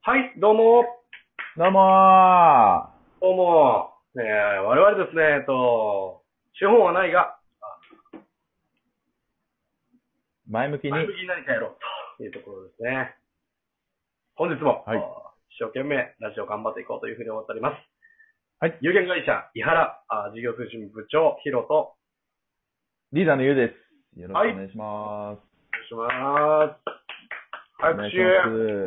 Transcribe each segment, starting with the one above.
はい、どうも、 どうもー。 どうも、我々ですね、資本はないが、 前向きに。 前向きに何かやろうというところですね。本日も、 はい。 一生懸命ラジオ頑張っていこうというふうに思っております。 はい。 有限会社、井原、事業推進部長、ヒロと、 リーダーのゆうです。よろしはい、お願くお願いします。 いします。拍手、 お願いします。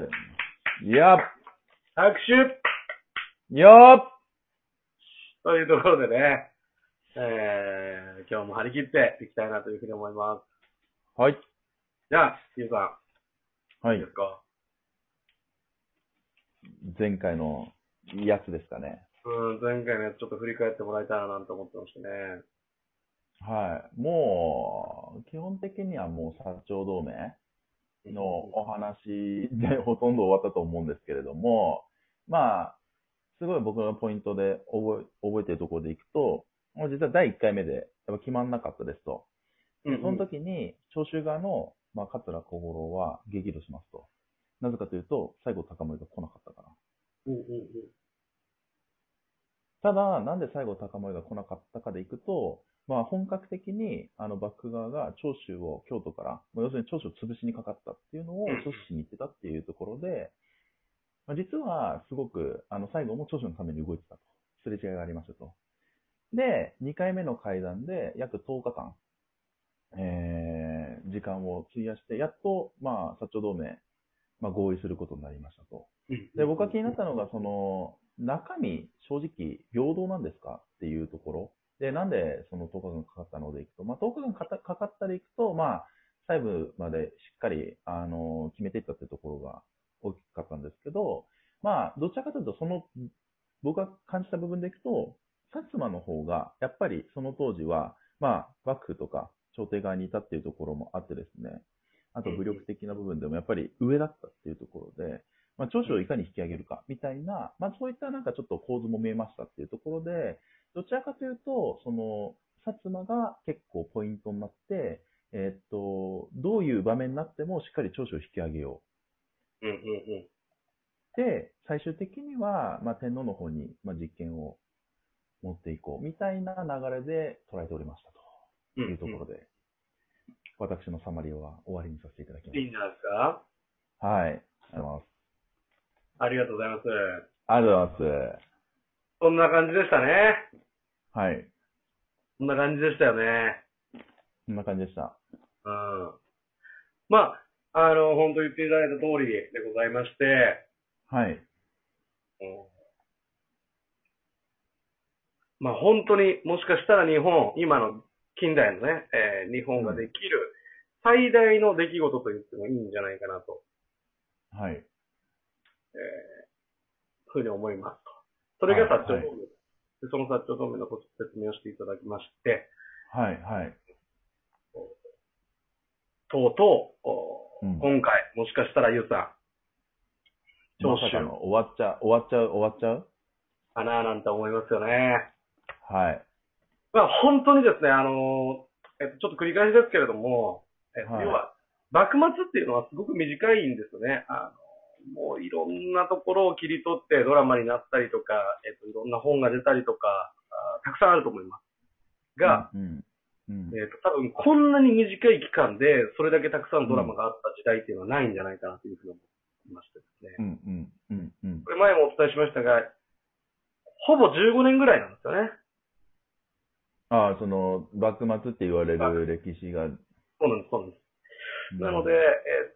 やっ、 拍手よっ。 というところでね、今日も張り切っていきたいなというふうに思います。 はい。 じゃあ、ゆうさん、 はい。 いいですか？ 前回のやつですかね。 前回のやつちょっと振り返ってもらいたいななんて思ってましてね。 はい。もう、基本的にはもう薩長同盟のお話でほとんど終わったと思うんですけれども、まあ、すごい僕のポイントで覚えてるところでいくと、もう実は第1回目でやっぱ決まんなかったですと。で、その時に、聴衆側の、桂小五郎は激怒しますと。なぜかというと、西郷隆盛が来なかったから。ただ、なんで西郷隆盛が来なかったかでいくと、本格的に、幕府側が長州を京都から、要するに長州を潰しにかかったっていうのを阻止しに行ってたっていうところで、実はすごく、西郷も長州のために動いてたと。すれ違いがありましたと。で、2回目の会談で約10日間、時間を費やして、やっと、薩長同盟、合意することになりましたと。で、僕が気になったのが、その、中身、正直、平等なんですかっていうところ。で、なんでその10日間かかったのでいくと、10日間かかったでいくと、細部までしっかり、決めていったっていうところが大きかったんですけど、どちらかというと、その、僕が感じた部分でいくと、薩摩の方が、やっぱりその当時は、幕府とか朝廷側にいたっていうところもあってですね、あと武力的な部分でもやっぱり上だったっていうところで、長所をいかに引き上げるかみたいな、そういったなんかちょっと構図も見えましたっていうところで、どちらかというと、その、薩摩が結構ポイントになって、どういう場面になってもしっかり長所を引き上げよう。で、最終的には、天皇の方に、実権を持っていこうみたいな流れで捉えておりましたというところで、私のサマリーは終わりにさせていただきます。 いいんじゃないですか？ はい。ありがとうございます。 ありがとうございます。 ありがとうございます。 そんな感じでしたね。 はい。 そんな感じでしたよね。 こんな感じでした。 うん。本当言っていただいた通りでございまして、 はい。 うん、本当にもしかしたら日本、今の近代のね、日本ができる最大の出来事と言ってもいいんじゃないかなと、 はい。 ふうに思いますと。それはい。 が薩長はい。 同盟です。でその薩長同盟の説明をしていただきまして、 はい。はい。 とうとう、 うん。 今回、もしかしたらゆうさん、長州まさかの終わっちゃうかななんて思いますよね。 はい。 本当にですね、ちょっと繰り返しですけれども、要はい。 は、幕末っていうのはすごく短いんですよね。もういろんなところを切り取ってドラマになったりとか、いろんな本が出たりとか、たくさんあると思います。が、 うん。うん。うん。 多分こんなに短い期間でそれだけたくさんドラマがあった時代っていうのはないんじゃないかなというふうに思いましてですね。 うん。うん。うん。うん。 これ前もお伝えしましたが、ほぼ15年ぐらいなんですよね。 ああ、その、幕末って言われる歴史が、 そうなんです、そうなんです。なので、 なるほど。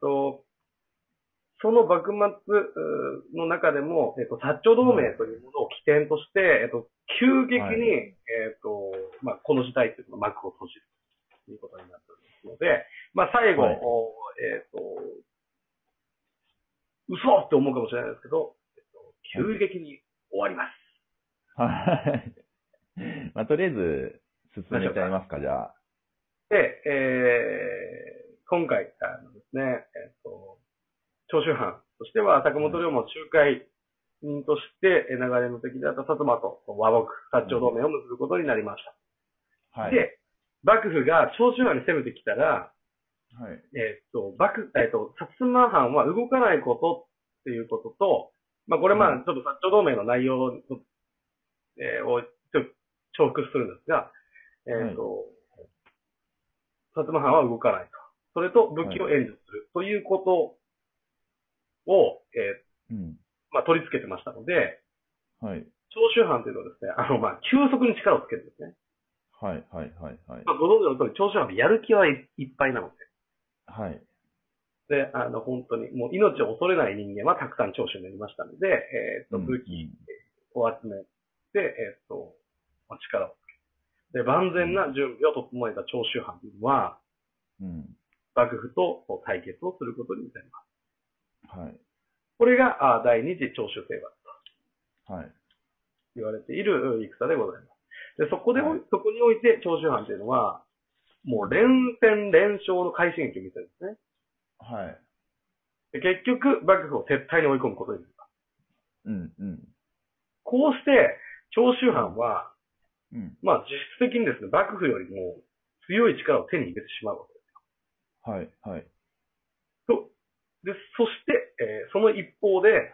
その幕末の中でも、薩長同盟はい。 というものを起点として、急激はい。 に、この時代というのが幕を閉じるということになっておりますので、最後、 はい。 嘘って思うかもしれないですけど、 はい。 急激に終わります。 はい。とりあえず、進め何でしょうか。 ちゃいますか、じゃあ。 で、今回、ですね、長州藩としては、坂はい。 本龍馬を仲介人として流れの敵であった薩摩と和睦、薩うん。 長同盟を結ぶことになりました。 はい。 で、幕府が長州藩に攻めてきたら、 はい。 薩摩藩は動かないことっっていうことと、まあこれちょっと薩長同盟の内容を、ちょっと重複するんですが、薩摩藩は動かないと。それと武器を援助するということを、まあ取り付けてましたので、 はい。 長州藩というのはですね、急速に力をつけるんですね。 はい、はい、はい、はい。 まあ、ご存知の通り、長州藩はやる気はいっぱいなので。 はい。 で、本当に、もう命を恐れない人間はたくさん長州になりましたので、武器を集めて、まあ、力をつける。で、万全な準備を整えた長州藩というのは、幕府と対決をすることになります。はい。これが、第二次長州征伐と。はい。言われている戦でございます。で、そこにおいて長州藩というのは、もう連戦連勝の快進撃を見せるんですね。はい。で結局、幕府を撤退に追い込むことになります。こうして、長州藩は、まあ実質的にですね、幕府よりも強い力を手に入れてしまうわけですよ。はい、はい。そして、その一方で、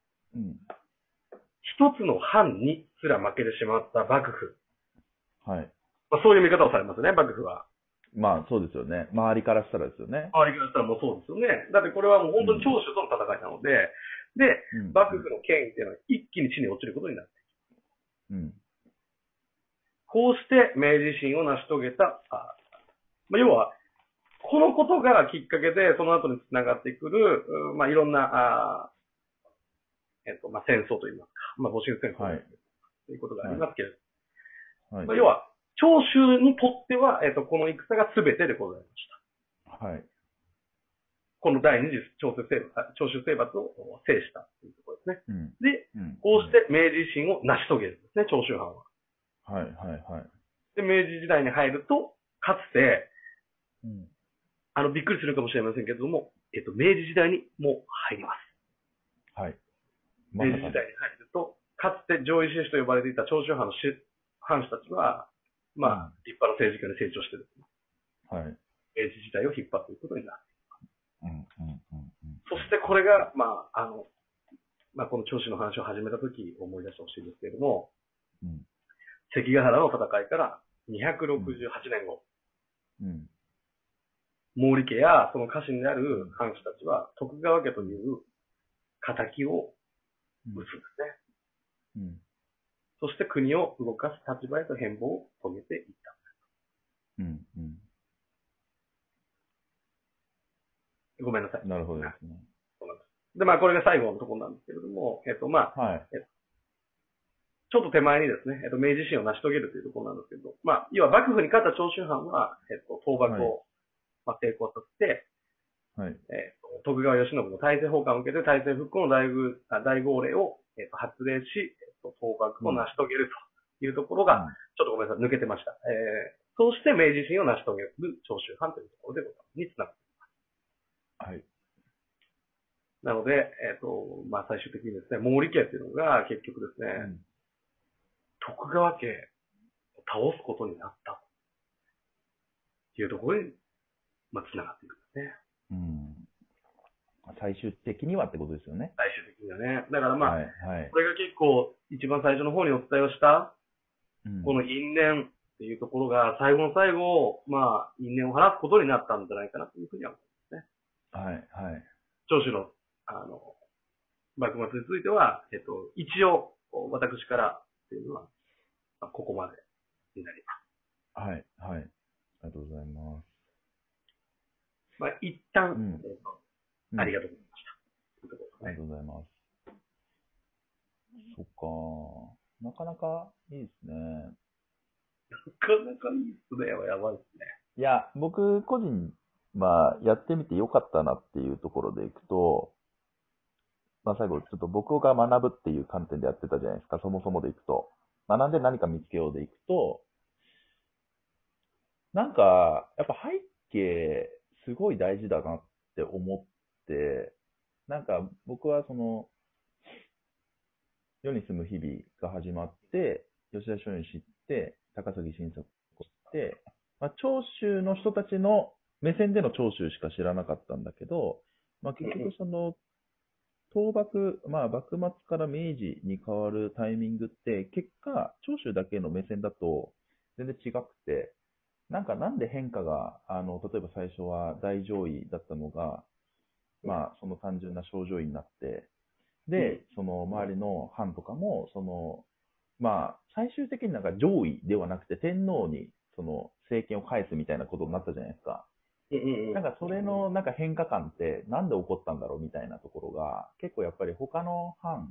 一つの藩にすら負けてしまった幕府。はい。まあ、そういう見方をされますね、幕府は。 まあ、そうですよね。周りからしたらですよね。 周りからしたらもうそうですよね。だってこれはもう本当に長州との戦いなので、で、幕府の権威っていうのは一気に地に落ちることになっている。こうして明治維新を成し遂げた、まあ、要は、このことがきっかけで、その後につながってくる、まあ、いろんな、まあ、戦争といいますか、まあ、戊辰戦争ということがありますけれども、まあ、要は、長州にとっては、この戦が全てでございました。はい。この第二次長州征伐を制したというところですね。で、こうして明治維新を成し遂げるんですね、長州藩は。はい、はい、はい。で、明治時代に入ると、かつて、びっくりするかもしれませんけれども、明治時代にもう入ります。はい。明治時代に入ると、かつて上位志士と呼ばれていた長州藩の藩士たちは、まあ、立派な政治家に成長してですね。はい。明治時代を引っ張っていくことになる。そしてこれが、まあ、この長州の話を始めたとき思い出してほしいんですけれども、関ヶ原の戦いから268年後、毛利家やその家臣である藩士たちは徳川家という仇を討つんですね。そして国を動かす立場へと変貌を遂げていった。ごめんなさい。 なるほどですね。 で、まあ、これが最後のところなんですけれども、まあ、はい、ちょっと手前にですね、明治維新を成し遂げるというところなんですけど、まあ、要は幕府に勝った長州藩は、倒幕を、まあ、成功させて、はい、徳川慶喜の大政奉還を受けて大政復興の大号令を、発令し、倒幕を成し遂げるというところが、ちょっとごめんなさい、抜けてました。そうして明治維新を成し遂げる長州藩というところでございます。につながっています。はい。なので、まあ、最終的にですね、毛利家っていうのが結局ですね、徳川家を倒すことになったというところに、まあ、つながっていくんですね。 最終的にはってことですよね。 最終的にはね。だからまあ、これが結構一番最初の方にお伝えをした、この因縁っていうところが最後の最後、まあ、因縁を晴らすことになったんじゃないかなというふうには思いますね。はい、はい。長州の、幕末については、一応、私からっていうのは、ここまでになります。 はい、はい。ありがとうございます。 まあ、一旦、ありがとうございました。 ありがとうございます。そっか。なかなかいいですね。 なかなかいいですね。やばいですね。 いや、僕個人はやってみてよかったなっていうところでいくと、まあ最後ちょっと僕が学ぶっていう観点でやってたじゃないですか、そもそもでいくと。学んで何か見つけようでいくと、なんか、やっぱ背景、すごい大事だなって思って、なんか僕はその、世に住む日々が始まって、吉田松陰知って、高杉晋作を知って、まあ、長州の人たちの目線での長州しか知らなかったんだけど、まあ、結局その、 総幕、まあ、幕末から明治に変わるタイミングって、結果、長州だけの目線だと全然違くて、なんで変化が、例えば最初は大上位だったのが、まあ、その単純な小上位になって、で、その周りの藩とかも、まあ、最終的に上位ではなくて天皇にその政権を返すみたいなことになったじゃないですか。それの変化感ってなんで起こったんだろうみたいなところが、結構やっぱり他の藩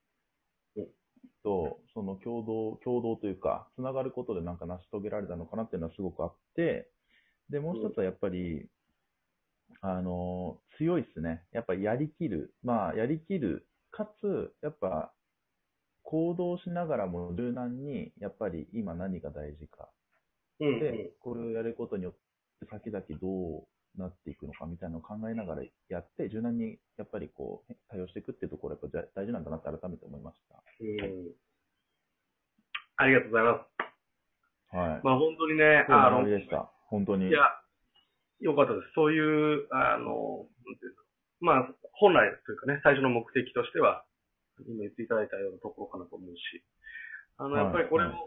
とその共同というか、つながることで成し遂げられたのかなっていうのはすごくあって、で、もう一つはやっぱり、強いですね。やっぱりやりきる。まあ、やりきる。かつ、やっぱ、行動しながらも柔軟に、やっぱり今何が大事か。で、これをやることによって先々どうなっていくのかみたいなのを考えながらやって、柔軟にやっぱりこう、対応していくっていうところがやっぱ大事なんだなって改めて思いました。 ありがとうございます。はい。まあ本当にね、 学びでした。本当に。 いや、よかったです。そういう、まあ、本来というかね、最初の目的としては、今言っていただいたようなところかなと思うし、やっぱりこれを、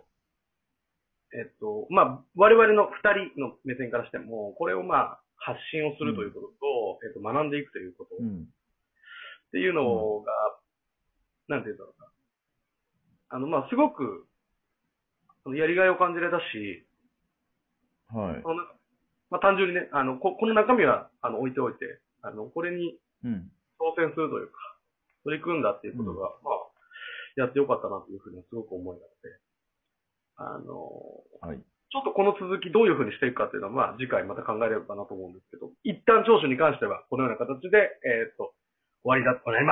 まあ、我々の二人の目線からしても、これをまあ、発信をするということと、学んでいくということ、っていうのが、なんていうんだろうな。まあ、すごく、やりがいを感じれたし、 はい。 まあ、単純にね、この中身は、置いておいて、これに挑戦するというか、取り組んだっていうことが、まあ、やってよかったなというふうにすごく思いなので、はい。ちょっとこの続きどういうふうにしていくかっていうのは、まあ、次回また考えれるかなと思うんですけど、一旦聴取に関しては、このような形で、終わりだとなります。